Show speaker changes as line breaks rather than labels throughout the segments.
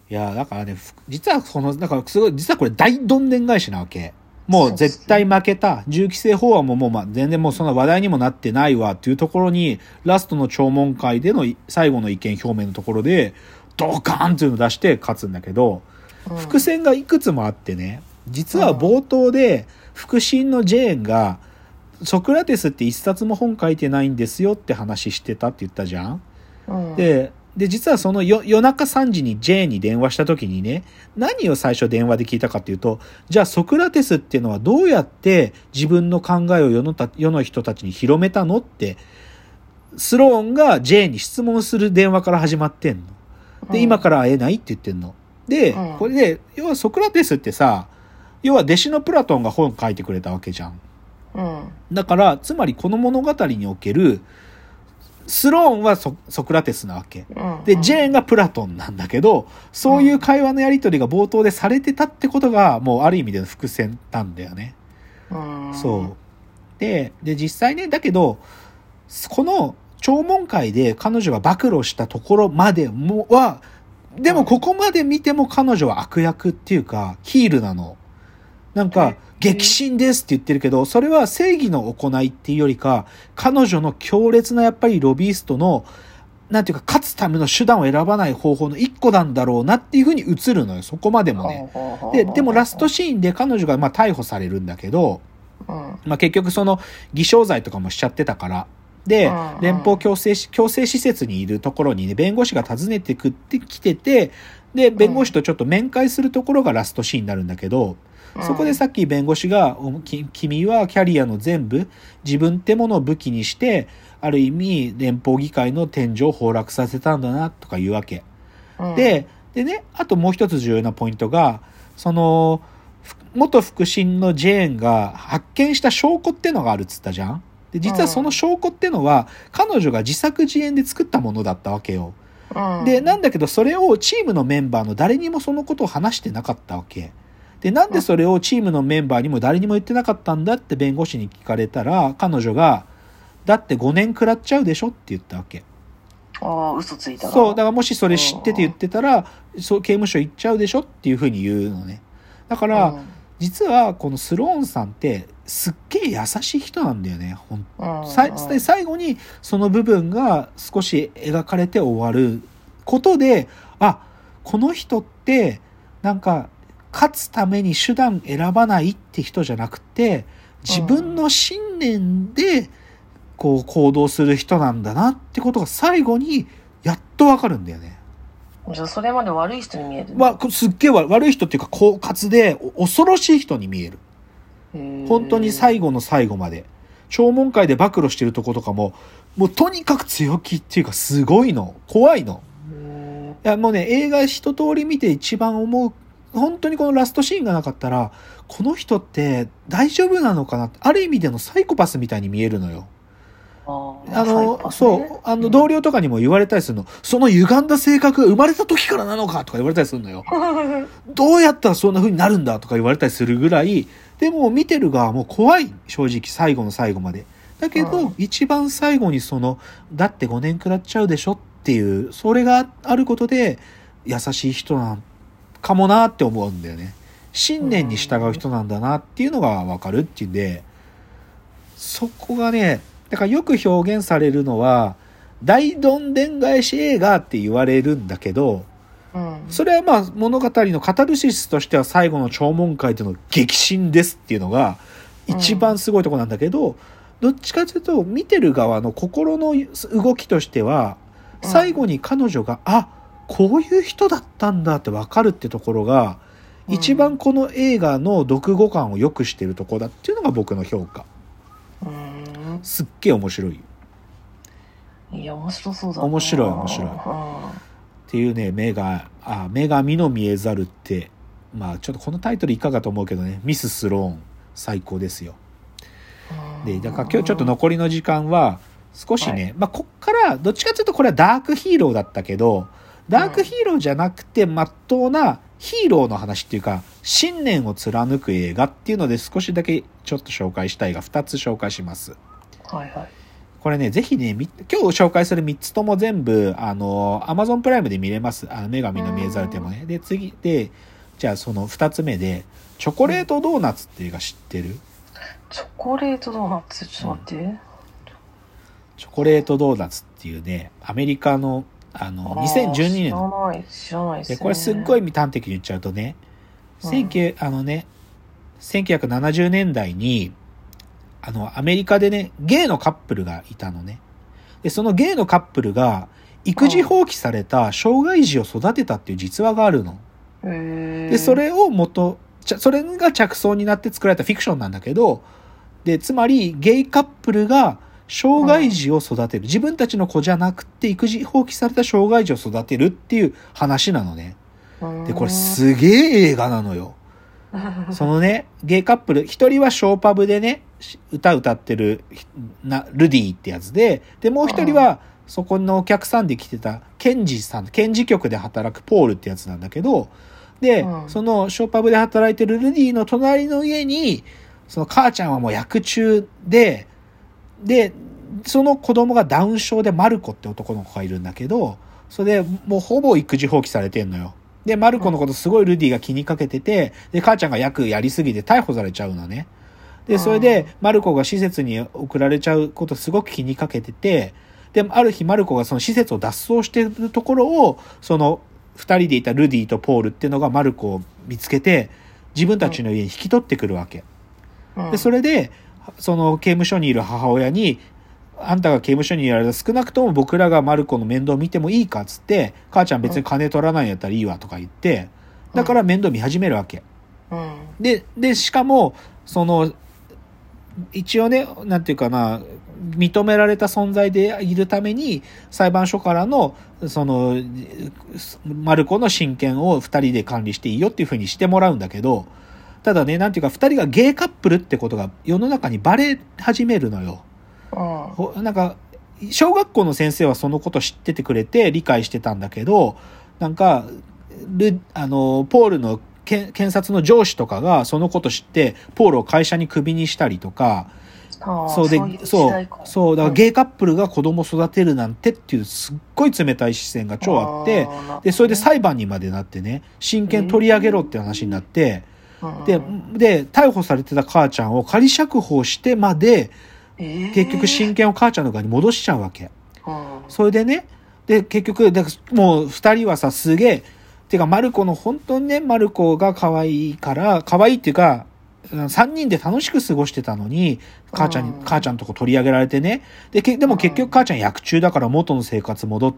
いやだからね、実はだからすごい、実はこれ大どんでん返しなわけ。もう絶対負けた。銃規制法案ももう全然もうそんな話題にもなってないわっていうところに、ラストの聴聞会での最後の意見表明のところで、ドカーンっていうのを出して勝つんだけど、伏線がいくつもあってね、実は冒頭で、腹心のジェーンが、ソクラテスって一冊も本書いてないんですよって話してたって言ったじゃん。で、実はその夜中3時にジェーンに電話した時にね、何を最初電話で聞いたかっていうと、じゃあソクラテスっていうのはどうやって自分の考えを世の人たちに広めたのって、スローンがジェーンに質問する電話から始まってんの。で、今から会えないって言ってんの。で、これで、要はソクラテスってさ、要は弟子のプラトンが本書いてくれたわけじゃん。だから、つまりこの物語における、スローンはソクラテスなわけ。で、ジェーンがプラトンなんだけど、そういう会話のやり取りが冒頭でされてたってことが、もうある意味での伏線なんだよね。そう。で、実際ね、だけど、この聴聞会で彼女が暴露したところまでは、でもここまで見ても彼女は悪役っていうか、ヒールなの。なんか、激震ですって言ってるけど、それは正義の行いっていうよりか、彼女の強烈なやっぱりロビーストの、なんていうか、勝つための手段を選ばない方法の一個なんだろうなっていう風に映るのよ、そこまでもね。でもラストシーンで彼女が逮捕されるんだけど、結局その偽証罪とかもしちゃってたから、で、連邦強制施設にいるところにね、弁護士が訪ねてきてて、で、弁護士とちょっと面会するところがラストシーンになるんだけど、そこでさっき弁護士が、君はキャリアの全部、自分ってものを武器にして、ある意味、連邦議会の天井を崩落させたんだな、とか言うわけ。でね、あともう一つ重要なポイントが、その、元腹心のジェーンが発見した証拠ってのがあるっつったじゃん。で、実はその証拠ってのは、彼女が自作自演で作ったものだったわけよ。で、なんだけど、それをチームのメンバーの誰にもそのことを話してなかったわけ。で、なんでそれをチームのメンバーにも誰にも言ってなかったんだって弁護士に聞かれたら、彼女が、だって5年食らっちゃうでしょって言ったわけ。
嘘ついたな。
そう、だからもしそれ知ってて言ってたら、そう刑務所行っちゃうでしょっていうふうに言うのね。だから、実はこのスローンさんってすっげえ優しい人なんだよね。最後にその部分が少し描かれて終わることで、この人ってなんか勝つために手段選ばないって人じゃなくて、自分の信念でこう行動する人なんだなってことが最後にやっとわかるんだよね。
じゃあそれまで悪い人に見える、
すっげえ悪い人っていうか狡猾で恐ろしい人に見える。本当に最後の最後まで。聴聞会で暴露してるとことかも、もうとにかく強気っていうかすごいの。怖いの。いやもうね、映画一通り見て一番思う、本当にこのラストシーンがなかったら、この人って大丈夫なのかなって、ある意味でのサイコパスみたいに見えるのよ。そう、同僚とかにも言われたりするの。その歪んだ性格が生まれた時からなのかとか言われたりするのよ。どうやったらそんな風になるんだとか言われたりするぐらい、でも見てる側も怖い、正直最後の最後まで。だけど、一番最後にだって5年食らっちゃうでしょっていう、それがあることで、優しい人なんかもなって思うんだよね。信念に従う人なんだなっていうのがわかるっていうんで、そこがね、だからよく表現されるのは大どんでん返し映画って言われるんだけど、それは物語のカタルシスとしては最後の聴聞会での激震ですっていうのが一番すごいところなんだけど、どっちかというと見てる側の心の動きとしては最後に彼女がこういう人だったんだって分かるってところが一番この映画の読後感を良くしてるところだっていうのが僕の評価。すっげえ面白い。
いや面白そうだな。
面白いっていうね、女神の見えざるって、ちょっとこのタイトルいかがと思うけどね、ミス・スローン最高ですよ。でだから今日ちょっと残りの時間は少しね、こっからどっちかというとこれはダークヒーローだったけど、ダークヒーローじゃなくて真っ当なヒーローの話っていうか信念を貫く映画っていうので少しだけちょっと紹介したいが2つ紹介します。 これね、ぜひね、今日紹介する3つとも全部、Amazon プライムで見れます。女神の見えざる手もね。で、次で、じゃあその2つ目で、チョコレートドーナツっていうか知ってる？
チョコレートドーナツ、ちょっと待って。
チョコレートドーナツっていうね、アメリカの、2012年。
知らないですね。
で、これすっごい端的に言っちゃうとね、1970年代に、アメリカでね、ゲイのカップルがいたのね。で、そのゲイのカップルが、育児放棄された障害児を育てたっていう実話があるの。で、それが着想になって作られたフィクションなんだけど、で、つまり、ゲイカップルが、障害児を育てる。自分たちの子じゃなくて、育児放棄された障害児を育てるっていう話なのね。で、これすげえ映画なのよ。そのね、ゲイカップル、一人はショーパブでね、歌ってるルディってやつで、で、もう一人は、そこのお客さんで来てた、ケンジ局で働くポールってやつなんだけど、で、そのショーパブで働いてるルディの隣の家に、その母ちゃんはもう役中で、その子供がダウン症でマルコって男の子がいるんだけど、それでもうほぼ育児放棄されてんのよ。で、マルコのことすごいルディが気にかけてて、で、母ちゃんがやりすぎて逮捕されちゃうのね。で、それで、マルコが施設に送られちゃうことすごく気にかけてて、で、ある日マルコがその施設を脱走してるところを、その二人でいたルディとポールっていうのがマルコを見つけて、自分たちの家に引き取ってくるわけ。で、それで、その刑務所にいる母親に、あんたが刑務所にいられた少なくとも僕らがマルコの面倒見てもいいかっつって、母ちゃん別に金取らないんやったらいいわとか言って、だから面倒見始めるわけ。で、しかも、一応ね、なんていうかな、認められた存在でいるために、裁判所からの、マルコの親権を二人で管理していいよっていう風にしてもらうんだけど、ただね、なんていうか、二人がゲイカップルってことが世の中にバレ始めるのよ。なんか、小学校の先生はそのこと知っててくれて理解してたんだけど、なんか、ポールの検察の上司とかがそのこと知って、ポールを会社にクビにしたりとか、そう、だからゲイカップルが子供育てるなんてっていうすっごい冷たい視線が超あって、で、それで裁判にまでなってね、親権取り上げろって話になって、で、逮捕されてた母ちゃんを仮釈放してまで、結局親権を母ちゃんの側に戻しちゃうわけ。それでね、で、結局、もう二人はさ、すげえ、てか、本当にね、マルコが可愛いっていうか、三人で楽しく過ごしてたのに、母ちゃんとこ取り上げられてね。でも結局母ちゃん役中だから元の生活戻って、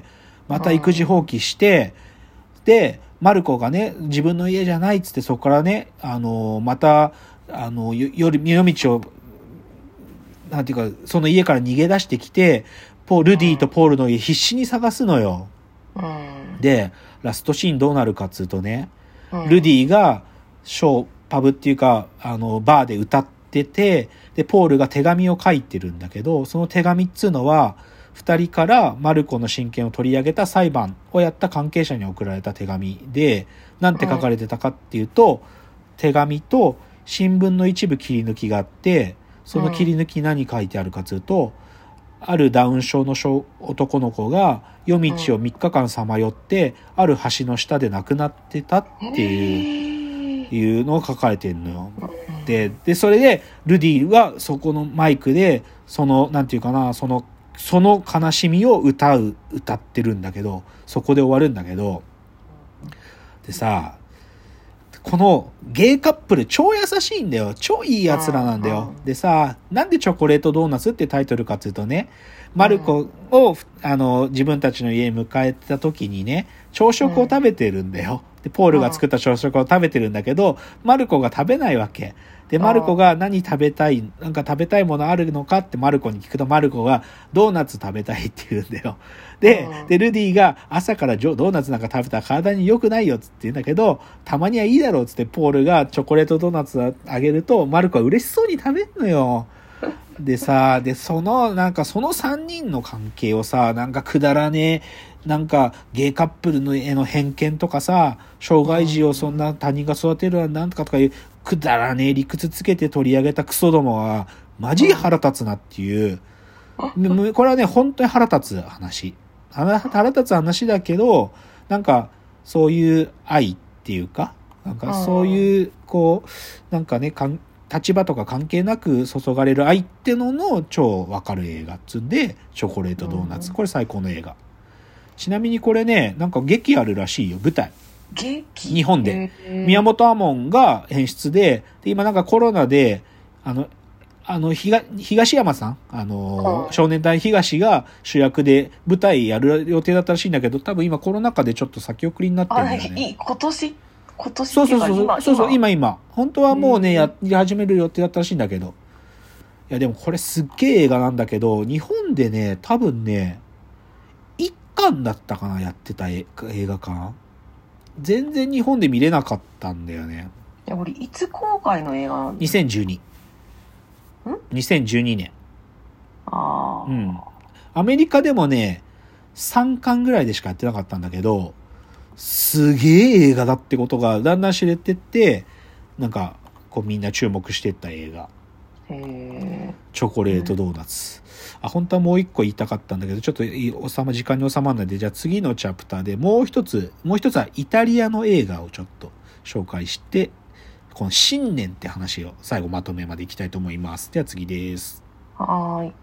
また育児放棄して、で、マルコがね、自分の家じゃないっつってそこからね、また、夜道を、なんていうか、その家から逃げ出してきて、ルディとポールの家必死に探すのよ。で、ラストシーンどうなるかっつうとね、ルディがパブっていうか、バーで歌ってて、で、ポールが手紙を書いてるんだけど、その手紙っつうのは、二人からマルコの親権を取り上げた裁判をやった関係者に送られた手紙で、なんて書かれてたかっていうと、手紙と新聞の一部切り抜きがあって、その切り抜き何書いてあるかというと、あるダウン症の男の子が夜道を3日間さまよって、ある橋の下で亡くなってたっていうのが書かれてるのよ。で、それで、ルディはそこのマイクで、なんていうかな、その悲しみを歌ってるんだけど、そこで終わるんだけど、でさ、このゲイカップル超優しいんだよ。超いい奴らなんだよ。でさ、なんでチョコレートドーナツってタイトルかっていうとね、マルコを、自分たちの家に迎えた時にね、朝食を食べてるんだよ。で、ポールが作った朝食を食べてるんだけど、マルコが食べないわけ。で、マルコがなんか食べたいものあるのかってマルコに聞くと、マルコがドーナツ食べたいって言うんだよ。で、ルディが朝からドーナツなんか食べたら体に良くないよっつって言うんだけど、たまにはいいだろうっつってポールがチョコレートドーナツあげると、マルコは嬉しそうに食べんのよ。でさ、その3人の関係をさ、なんかくだらねえ、なんかゲイカップルのへの偏見とかさ、障害児をそんな他人が育てるなんとかとかいうくだらねえ理屈つけて取り上げたクソどもはマジ腹立つなっていう。 これはね、本当に腹立つ話。腹立つ話だけど、なんか、そういう愛っていうか、なんかそういう、こう、なんかね、立場とか関係なく注がれる愛ってのの超わかる映画っつうんで、チョコレートドーナツ。これ最高の映画。ちなみにこれね、なんか劇あるらしいよ、舞台。日本で。宮本亞門が演出で、今なんかコロナで、東山さん、少年隊東が主役で舞台やる予定だったらしいんだけど、多分今コロナ禍でちょっと先送りになってるんだよね。
今年
そう、今。本当はもうね、やり始める予定だったらしいんだけど。いや、でもこれすっげえ映画なんだけど、日本でね、多分ね、一巻だったかな、やってた映画館。全然日本で見れなかったんだよね。
いや、俺、いつ公開の映画なんだ
2012 年。
ああ。
うん。アメリカでもね、3巻ぐらいでしかやってなかったんだけど、すげえ映画だってことがだんだん知れてって、なんか、こうみんな注目してった映画。チョコレートドーナツ。本当はもう一個言いたかったんだけど、ちょっと時間に収まらないで、じゃあ次のチャプターでもう一つはイタリアの映画をちょっと紹介して、この新年って話を最後まとめまでいきたいと思います。では次です。
はーい。